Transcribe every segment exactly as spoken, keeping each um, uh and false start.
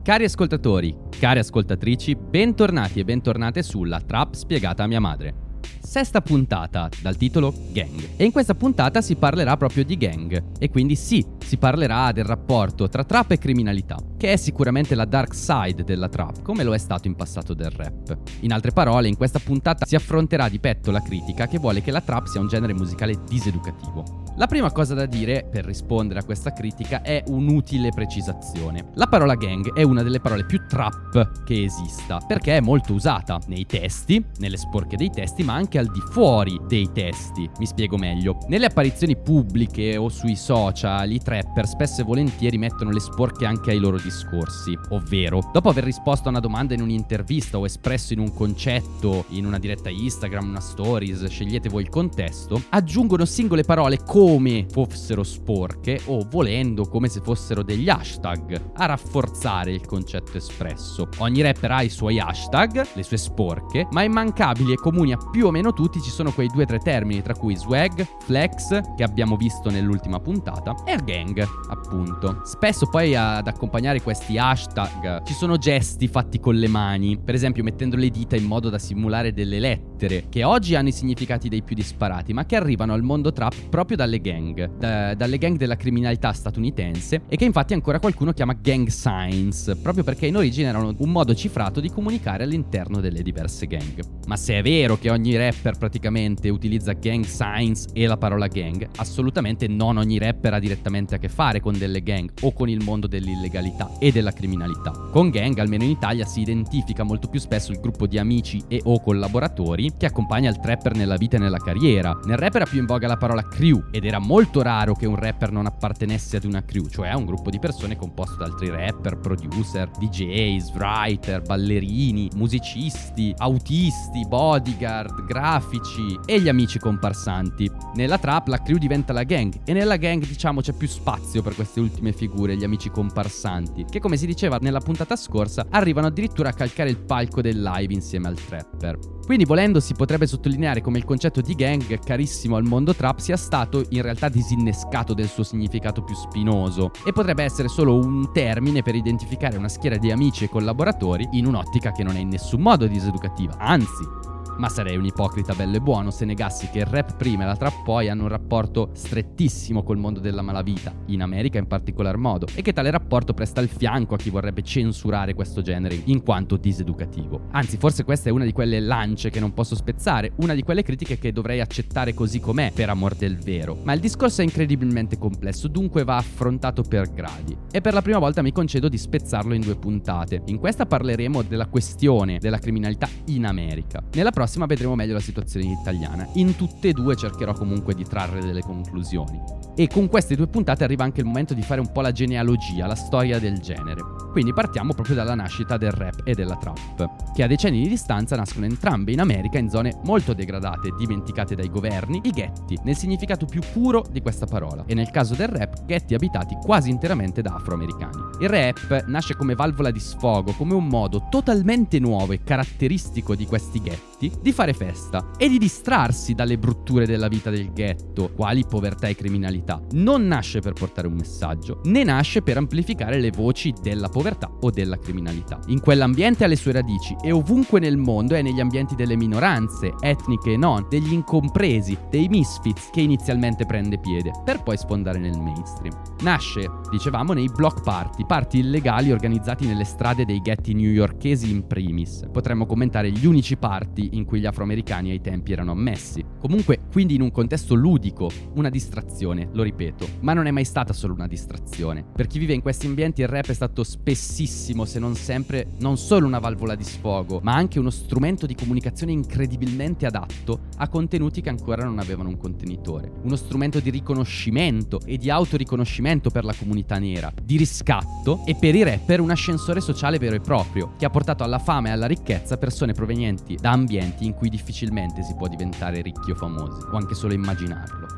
Cari ascoltatori, cari ascoltatrici, bentornati e bentornate sulla Trap spiegata a mia madre. Sesta puntata, dal titolo Gang. E in questa puntata si parlerà proprio di gang. E quindi sì, si parlerà del rapporto tra trap e criminalità, che è sicuramente la dark side della trap, come lo è stato in passato del rap. In altre parole, in questa puntata si affronterà di petto la critica che vuole che la trap sia un genere musicale diseducativo. La prima cosa da dire, per rispondere a questa critica, è un'utile precisazione. La parola gang è una delle parole più trap che esista, perché è molto usata nei testi, nelle sporche dei testi, ma anche al di fuori dei testi. Mi spiego meglio. Nelle apparizioni pubbliche o sui social, i trapper spesso e volentieri mettono le sporche anche ai loro discorsi. Ovvero, dopo aver risposto a una domanda in un'intervista o espresso in un concetto, in una diretta Instagram, una stories, scegliete voi il contesto, aggiungono singole parole come come fossero sporche o, volendo, come se fossero degli hashtag a rafforzare il concetto espresso. Ogni rapper ha i suoi hashtag, le sue sporche, ma immancabili e comuni a più o meno tutti ci sono quei due o tre termini, tra cui swag, flex, che abbiamo visto nell'ultima puntata, e gang, appunto. Spesso poi ad accompagnare questi hashtag ci sono gesti fatti con le mani, per esempio mettendo le dita in modo da simulare delle lettere, che oggi hanno i significati dei più disparati, ma che arrivano al mondo trap proprio dalle gang, da, dalle gang della criminalità statunitense, e che infatti ancora qualcuno chiama gang signs, proprio perché in origine erano un modo cifrato di comunicare all'interno delle diverse gang. Ma se è vero che ogni rapper praticamente utilizza gang signs e la parola gang, assolutamente non ogni rapper ha direttamente a che fare con delle gang o con il mondo dell'illegalità e della criminalità. Con gang, almeno in Italia, si identifica molto più spesso il gruppo di amici e o collaboratori che accompagna il trapper nella vita e nella carriera. Nel rap era più in voga la parola crew, ed era molto raro che un rapper non appartenesse ad una crew, cioè a un gruppo di persone composto da altri rapper, producer, D Js, writer, ballerini, musicisti, autisti, bodyguard, grafici e gli amici comparsanti. Nella trap la crew diventa la gang, e nella gang, diciamo, c'è più spazio per queste ultime figure, gli amici comparsanti, che, come si diceva nella puntata scorsa, arrivano addirittura a calcare il palco del live insieme al trapper. Quindi, volendo, si potrebbe sottolineare come il concetto di gang, carissimo al mondo trap, sia stato in realtà disinnescato del suo significato più spinoso, e potrebbe essere solo un termine per identificare una schiera di amici e collaboratori in un'ottica che non è in nessun modo diseducativa, anzi. Ma sarei un ipocrita bello e buono se negassi che il rap prima e la trap poi hanno un rapporto strettissimo col mondo della malavita, in America in particolar modo, e che tale rapporto presta il fianco a chi vorrebbe censurare questo genere in quanto diseducativo. Anzi, forse questa è una di quelle lance che non posso spezzare, una di quelle critiche che dovrei accettare così com'è, per amor del vero. Ma il discorso è incredibilmente complesso, dunque va affrontato per gradi. E per la prima volta mi concedo di spezzarlo in due puntate. In questa parleremo della questione della criminalità in America. Nella prossima prossima vedremo meglio la situazione italiana. In tutte e due cercherò comunque di trarre delle conclusioni. E con queste due puntate arriva anche il momento di fare un po' la genealogia, la storia del genere. Quindi partiamo proprio dalla nascita del rap e della trap, che a decenni di distanza nascono entrambe in America in zone molto degradate, dimenticate dai governi, i ghetti, nel significato più puro di questa parola. E nel caso del rap, ghetti abitati quasi interamente da afroamericani. Il rap nasce come valvola di sfogo, come un modo totalmente nuovo e caratteristico di questi ghetti di fare festa e di distrarsi dalle brutture della vita del ghetto, quali povertà e criminalità. Non nasce per portare un messaggio, né nasce per amplificare le voci della povertà o della criminalità. In quell'ambiente ha le sue radici, e ovunque nel mondo è negli ambienti delle minoranze, etniche e non, degli incompresi, dei misfits, che inizialmente prende piede, per poi sfondare nel mainstream. Nasce, dicevamo, nei block party, party illegali organizzati nelle strade dei ghetti newyorkesi in primis. Potremmo commentare gli unici party in cui gli afroamericani ai tempi erano ammessi. Comunque, quindi in un contesto ludico, una distrazione, lo ripeto, ma non è mai stata solo una distrazione. Per chi vive in questi ambienti il rap è stato spessissimo, se non sempre, non solo una valvola di sfogo, ma anche uno strumento di comunicazione incredibilmente adatto a contenuti che ancora non avevano un contenitore. Uno strumento di riconoscimento e di autoriconoscimento per la comunità nera, di riscatto, e per i rapper un ascensore sociale vero e proprio, che ha portato alla fama e alla ricchezza persone provenienti da ambienti in cui difficilmente si può diventare ricchi o famosi, o anche solo immaginarlo.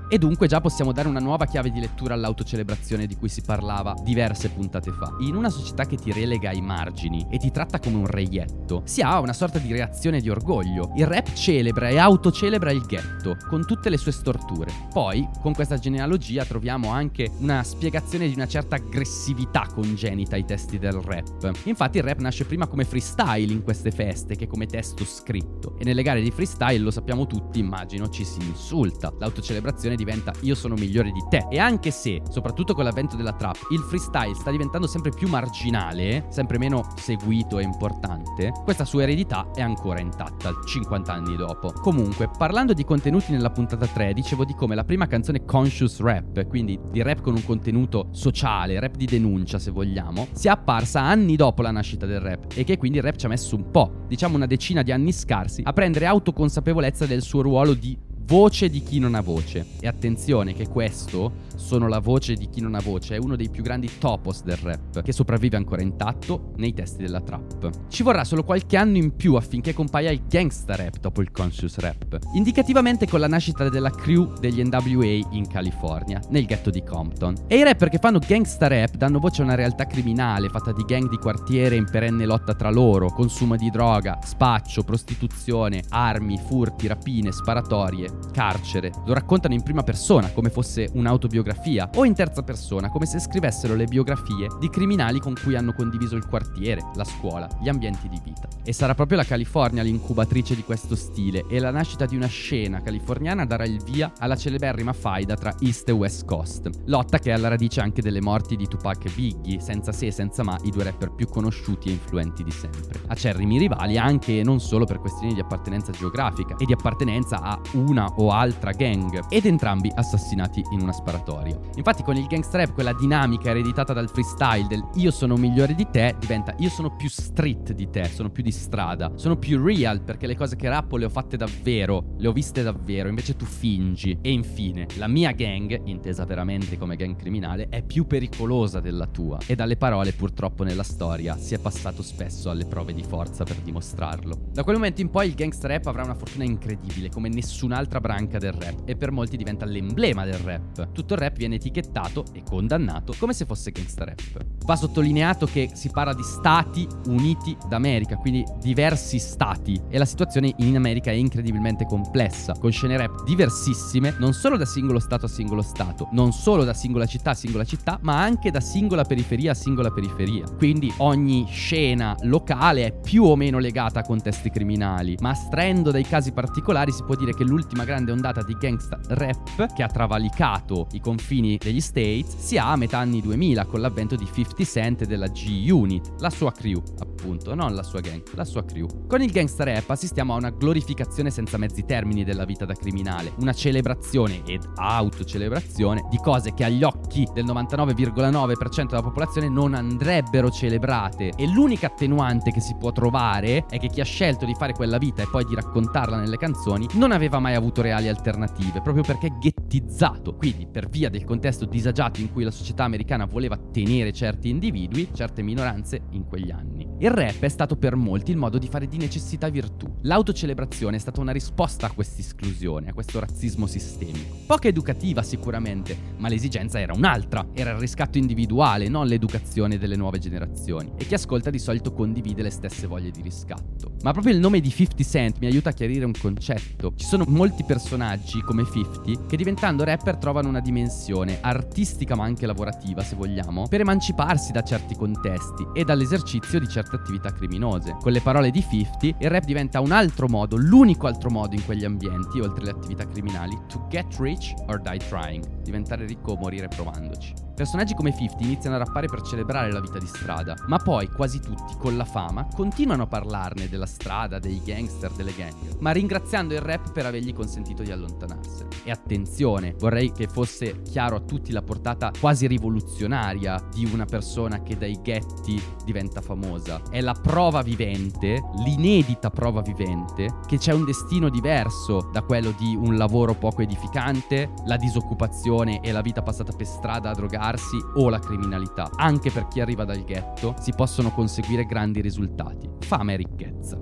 E dunque già possiamo dare una nuova chiave di lettura all'autocelebrazione di cui si parlava diverse puntate fa. In una società che ti relega ai margini e ti tratta come un reietto, si ha una sorta di reazione di orgoglio. Il rap celebra e autocelebra il ghetto, con tutte le sue storture. Poi, con questa genealogia troviamo anche una spiegazione di una certa aggressività congenita ai testi del rap. Infatti il rap nasce prima come freestyle in queste feste che come testo scritto. E nelle gare di freestyle, lo sappiamo tutti, immagino, ci si insulta. L'autocelebrazione diventa io sono migliore di te. E anche se, soprattutto con l'avvento della trap, il freestyle sta diventando sempre più marginale, sempre meno seguito e importante, questa sua eredità è ancora intatta cinquanta anni dopo. Comunque, parlando di contenuti nella puntata tre, dicevo di come la prima canzone conscious rap, quindi di rap con un contenuto sociale, rap di denuncia se vogliamo, sia apparsa anni dopo la nascita del rap e che quindi il rap ci ha messo un po', diciamo una decina di anni scarsi, a prendere autoconsapevolezza del suo ruolo di voce di chi non ha voce. E attenzione che questo, sono la voce di chi non ha voce, è uno dei più grandi topos del rap, che sopravvive ancora intatto nei testi della trap. Ci vorrà solo qualche anno in più affinché compaia il gangsta rap dopo il conscious rap, indicativamente con la nascita della crew degli N W A in California, nel ghetto di Compton. E i rapper che fanno gangsta rap danno voce a una realtà criminale fatta di gang di quartiere in perenne lotta tra loro, consumo di droga, spaccio, prostituzione, armi, furti, rapine, sparatorie, carcere. Lo raccontano in prima persona come fosse un'autobiografia, o in terza persona come se scrivessero le biografie di criminali con cui hanno condiviso il quartiere, la scuola, gli ambienti di vita. E sarà proprio la California l'incubatrice di questo stile, e la nascita di una scena californiana darà il via alla celeberrima faida tra East e West Coast, lotta che è alla radice anche delle morti di Tupac e Biggie, senza se e senza ma i due rapper più conosciuti e influenti di sempre. Acerrimi rivali anche e non solo per questioni di appartenenza geografica e di appartenenza a una o altra gang, ed entrambi assassinati in una sparatoria. Infatti con il gangsta rap quella dinamica ereditata dal freestyle del io sono migliore di te diventa io sono più street di te, sono più di strada, sono più real perché le cose che rappo le ho fatte davvero, le ho viste davvero, invece tu fingi. E infine, la mia gang, intesa veramente come gang criminale, è più pericolosa della tua, e dalle parole purtroppo nella storia si è passato spesso alle prove di forza per dimostrarlo. Da quel momento in poi il gangsta rap avrà una fortuna incredibile come nessun'altra branca del rap, e per molti diventa l'emblema del rap. Tutto il rap viene etichettato e condannato come se fosse gangsta rap. Va sottolineato che si parla di Stati Uniti d'America, quindi diversi stati, e la situazione in America è incredibilmente complessa, con scene rap diversissime, non solo da singolo stato a singolo stato, non solo da singola città a singola città, ma anche da singola periferia a singola periferia. Quindi ogni scena locale è più o meno legata a contesti criminali, ma astraendo dai casi particolari si può dire che l'ultima grande ondata di gangsta rap che ha travalicato i confini degli States si ha a metà anni duemila con l'avvento di fifty Cent e della G-Unit, la sua crew appunto, non la sua gang, la sua crew. Con il gangsta rap assistiamo a una glorificazione senza mezzi termini della vita da criminale, una celebrazione ed autocelebrazione di cose che agli occhi del novantanove virgola nove per cento della popolazione non andrebbero celebrate, e l'unica attenuante che si può trovare è che chi ha scelto di fare quella vita e poi di raccontarla nelle canzoni non aveva mai avuto reali alternative, proprio perché ghettizzato, quindi per via del contesto disagiato in cui la società americana voleva tenere certi individui, certe minoranze in quegli anni. Il rap è stato per molti il modo di fare di necessità virtù. L'autocelebrazione è stata una risposta a questa esclusione, a questo razzismo sistemico. Poco educativa sicuramente, ma l'esigenza era un'altra, era il riscatto individuale, non l'educazione delle nuove generazioni. E chi ascolta di solito condivide le stesse voglie di riscatto. Ma proprio il nome di fifty Cent mi aiuta a chiarire un concetto. Ci sono molti personaggi come fifty che diventando rapper trovano una dimensione artistica ma anche lavorativa, se vogliamo, per emanciparsi da certi contesti e dall'esercizio di certe attività criminose. Con le parole di fifty, il rap diventa un altro modo, l'unico altro modo in quegli ambienti, oltre alle attività criminali, to get rich or die trying, diventare ricco o morire provandoci. Personaggi come fifty iniziano a rappare per celebrare la vita di strada, ma poi quasi tutti, con la fama, continuano a parlarne della strada, dei gangster, delle gang, ma ringraziando il rap per avergli consentito di allontanarsene. E attenzione, vorrei che fosse chiaro a tutti la portata quasi rivoluzionaria di una persona che dai ghetti diventa famosa. È la prova vivente, l'inedita prova vivente, che c'è un destino diverso da quello di un lavoro poco edificante, la disoccupazione e la vita passata per strada a drogarsi o la criminalità. Anche per chi arriva dal ghetto si possono conseguire grandi risultati, fama e ricchezza.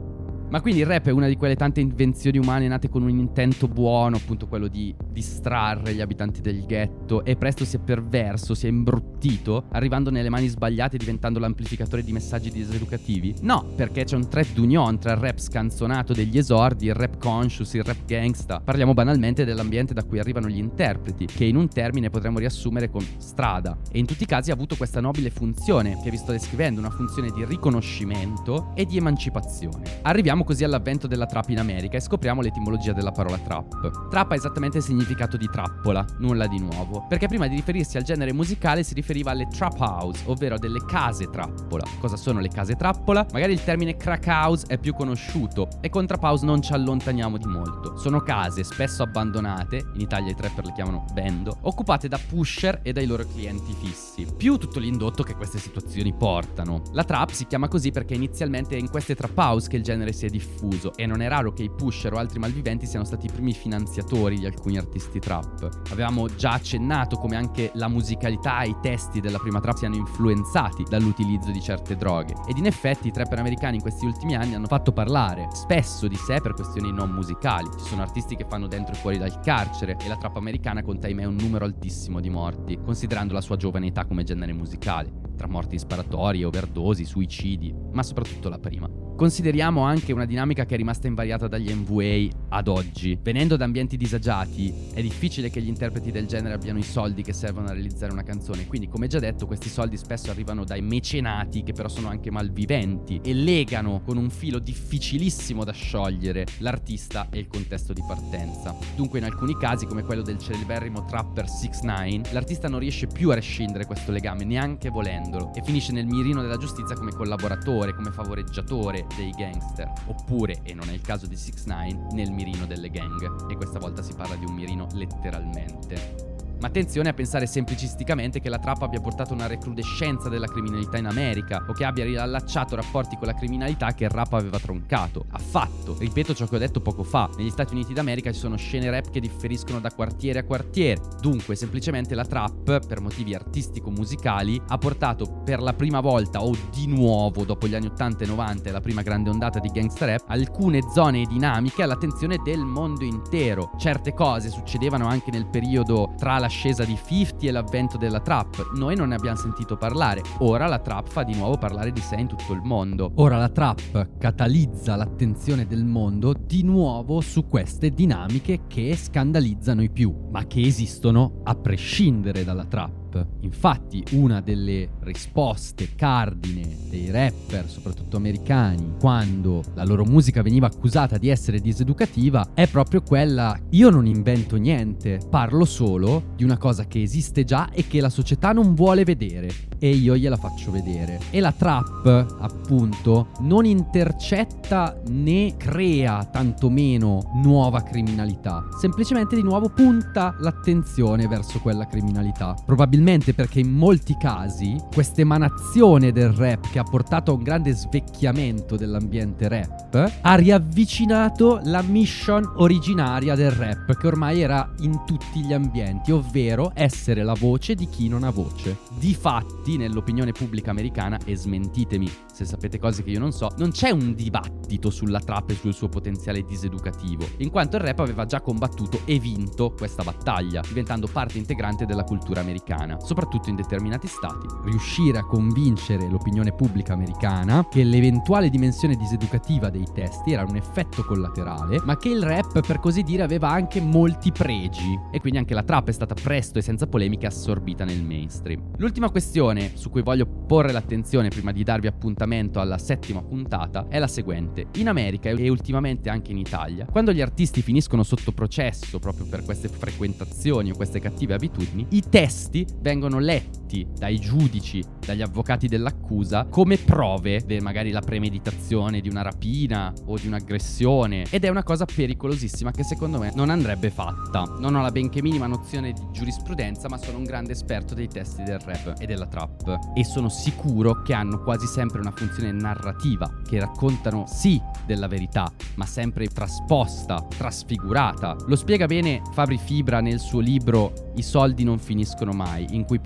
Ma quindi il rap è una di quelle tante invenzioni umane nate con un intento buono, appunto quello di distrarre gli abitanti del ghetto, e presto si è perverso, si è imbruttito, arrivando nelle mani sbagliate e diventando l'amplificatore di messaggi diseducativi? No, perché c'è un trade d'union tra il rap scanzonato degli esordi, il rap conscious, il rap gangsta. Parliamo banalmente dell'ambiente da cui arrivano gli interpreti, che in un termine potremmo riassumere con strada, e in tutti i casi ha avuto questa nobile funzione che vi sto descrivendo, una funzione di riconoscimento e di emancipazione. Arriviamo così all'avvento della trap in America e scopriamo l'etimologia della parola trap. Trap ha esattamente il significato di trappola, nulla di nuovo, perché prima di riferirsi al genere musicale si riferiva alle trap house, ovvero delle case trappola. Cosa sono le case trappola? Magari il termine crack house è più conosciuto, e con trap house non ci allontaniamo di molto. Sono case spesso abbandonate, in Italia i trapper le chiamano bando, occupate da pusher e dai loro clienti fissi, più tutto l'indotto che queste situazioni portano. La trap si chiama così perché inizialmente è in queste trap house che il genere si è diffuso, e non è raro che i pusher o altri malviventi siano stati i primi finanziatori di alcuni artisti trap. Avevamo già accennato come anche la musicalità e i testi della prima trap siano influenzati dall'utilizzo di certe droghe, ed in effetti i trapper americani in questi ultimi anni hanno fatto parlare spesso di sé per questioni non musicali. Ci sono artisti che fanno dentro e fuori dal carcere, e la trap americana conta ahimè un numero altissimo di morti, considerando la sua giovane età come genere musicale, tra morti in sparatorie, overdosi, suicidi, ma soprattutto la prima. Consideriamo anche una dinamica che è rimasta invariata dagli M V A ad oggi. Venendo da ambienti disagiati, è difficile che gli interpreti del genere abbiano i soldi che servono a realizzare una canzone, quindi come già detto questi soldi spesso arrivano dai mecenati, che però sono anche malviventi e legano con un filo difficilissimo da sciogliere l'artista e il contesto di partenza. Dunque in alcuni casi, come quello del celeberrimo trapper sei nine, l'artista non riesce più a rescindere questo legame, neanche volendolo, e finisce nel mirino della giustizia come collaboratore, come favoreggiatore dei gangster, oppure, e non è il caso di sei nine, nel mirino delle gang, e questa volta si parla di un mirino letteralmente. Ma attenzione a pensare semplicisticamente che la trap abbia portato una recrudescenza della criminalità in America, o che abbia riallacciato rapporti con la criminalità che il rap aveva troncato. Affatto. Ripeto ciò che ho detto poco fa: negli Stati Uniti d'America ci sono scene rap che differiscono da quartiere a quartiere. Dunque semplicemente la trap, per motivi artistico-musicali, ha portato per la prima volta, o di nuovo dopo gli anni ottanta e novanta e la prima grande ondata di gangsta rap, alcune zone e dinamiche all'attenzione del mondo intero. Certe cose succedevano anche nel periodo tra l'ascesa di cinquanta e l'avvento della trap. Noi non ne abbiamo sentito parlare. Ora la trap fa di nuovo parlare di sé in tutto il mondo. Ora la trap catalizza l'attenzione del mondo di nuovo su queste dinamiche che scandalizzano i più, ma che esistono a prescindere dalla trap. Infatti una delle risposte cardine dei rapper, soprattutto americani, quando la loro musica veniva accusata di essere diseducativa, è proprio quella: io non invento niente, parlo solo di una cosa che esiste già e che la società non vuole vedere, e io gliela faccio vedere. E la trap, appunto, non intercetta né crea tantomeno nuova criminalità, semplicemente di nuovo punta l'attenzione verso quella criminalità. Probabilmente perché in molti casi questa emanazione del rap, che ha portato a un grande svecchiamento dell'ambiente rap, ha riavvicinato la mission originaria del rap, che ormai era in tutti gli ambienti, ovvero essere la voce di chi non ha voce. Difatti nell'opinione pubblica americana, e smentitemi se sapete cose che io non so, non c'è un dibattito sulla trap e sul suo potenziale diseducativo, in quanto il rap aveva già combattuto e vinto questa battaglia, diventando parte integrante della cultura americana, soprattutto in determinati stati. Riuscire a convincere l'opinione pubblica americana che l'eventuale dimensione diseducativa dei testi era un effetto collaterale, ma che il rap, per così dire, aveva anche molti pregi, e quindi anche la trap è stata presto e senza polemiche assorbita nel mainstream. L'ultima questione su cui voglio porre l'attenzione prima di darvi appuntamento alla settima puntata è la seguente. In America e ultimamente anche in Italia, quando gli artisti finiscono sotto processo proprio per queste frequentazioni o queste cattive abitudini, i testi vengono letti dai giudici, dagli avvocati dell'accusa, come prove di magari la premeditazione di una rapina o di un'aggressione, ed è una cosa pericolosissima che secondo me non andrebbe fatta. Non ho la benché minima nozione di giurisprudenza, ma sono un grande esperto dei testi del rap e della trap, e sono sicuro che hanno quasi sempre una funzione narrativa, che raccontano sì della verità, ma sempre trasposta, trasfigurata. Lo spiega bene Fabri Fibra nel suo libro I soldi non finiscono mai, in cui parla molto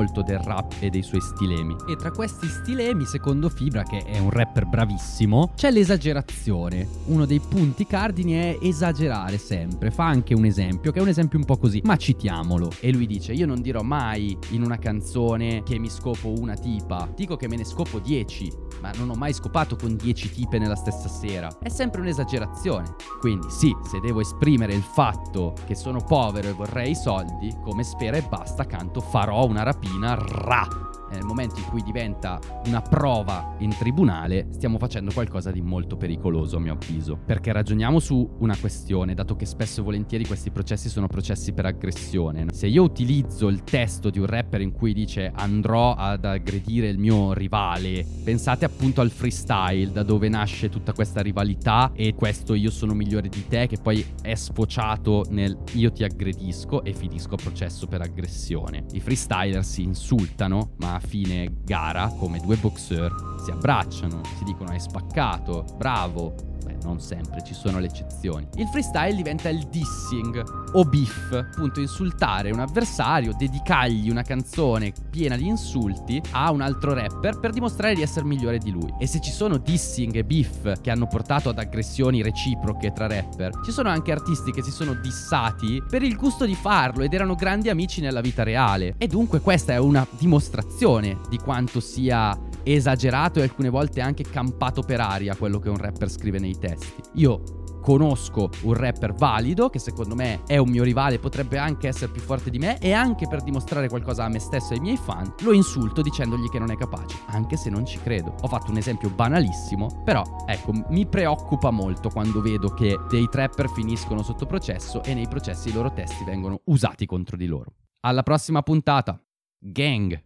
molto del rap e dei suoi stilemi. E tra questi stilemi, secondo Fibra, che è un rapper bravissimo, c'è l'esagerazione. Uno dei punti cardini è esagerare sempre. Fa anche un esempio, che è un esempio un po' così, ma citiamolo. E lui dice: io non dirò mai in una canzone che mi scopo una tipa, dico che me ne scopo dieci, ma non ho mai scopato con dieci tipe nella stessa sera. È sempre un'esagerazione. Quindi sì, se devo esprimere il fatto che sono povero e vorrei i soldi, come Sfera e Basta canto farò una rapina ra. Nel momento in cui diventa una prova in tribunale, stiamo facendo qualcosa di molto pericoloso, a mio avviso. Perché ragioniamo su una questione, dato che spesso e volentieri questi processi sono processi per aggressione. Se io utilizzo il testo di un rapper in cui dice andrò ad aggredire il mio rivale, pensate appunto al freestyle, da dove nasce tutta questa rivalità e questo io sono migliore di te, che poi è sfociato nel io ti aggredisco e finisco a processo per aggressione. I freestyler si insultano, ma a fine gara, come due boxer, si abbracciano, si dicono hai spaccato, bravo. Beh, non sempre, ci sono le eccezioni. Il freestyle diventa il dissing o beef, appunto insultare un avversario, dedicargli una canzone piena di insulti a un altro rapper per dimostrare di essere migliore di lui. E se ci sono dissing e beef che hanno portato ad aggressioni reciproche tra rapper, ci sono anche artisti che si sono dissati per il gusto di farlo ed erano grandi amici nella vita reale. E dunque questa è una dimostrazione di quanto sia esagerato e alcune volte anche campato per aria quello che un rapper scrive nei testi. Io conosco un rapper valido che secondo me è un mio rivale, potrebbe anche essere più forte di me, e anche per dimostrare qualcosa a me stesso e ai miei fan lo insulto dicendogli che non è capace, anche se non ci credo. Ho fatto un esempio banalissimo, però ecco, mi preoccupa molto quando vedo che dei trapper finiscono sotto processo e nei processi i loro testi vengono usati contro di loro. Alla prossima puntata. Gang!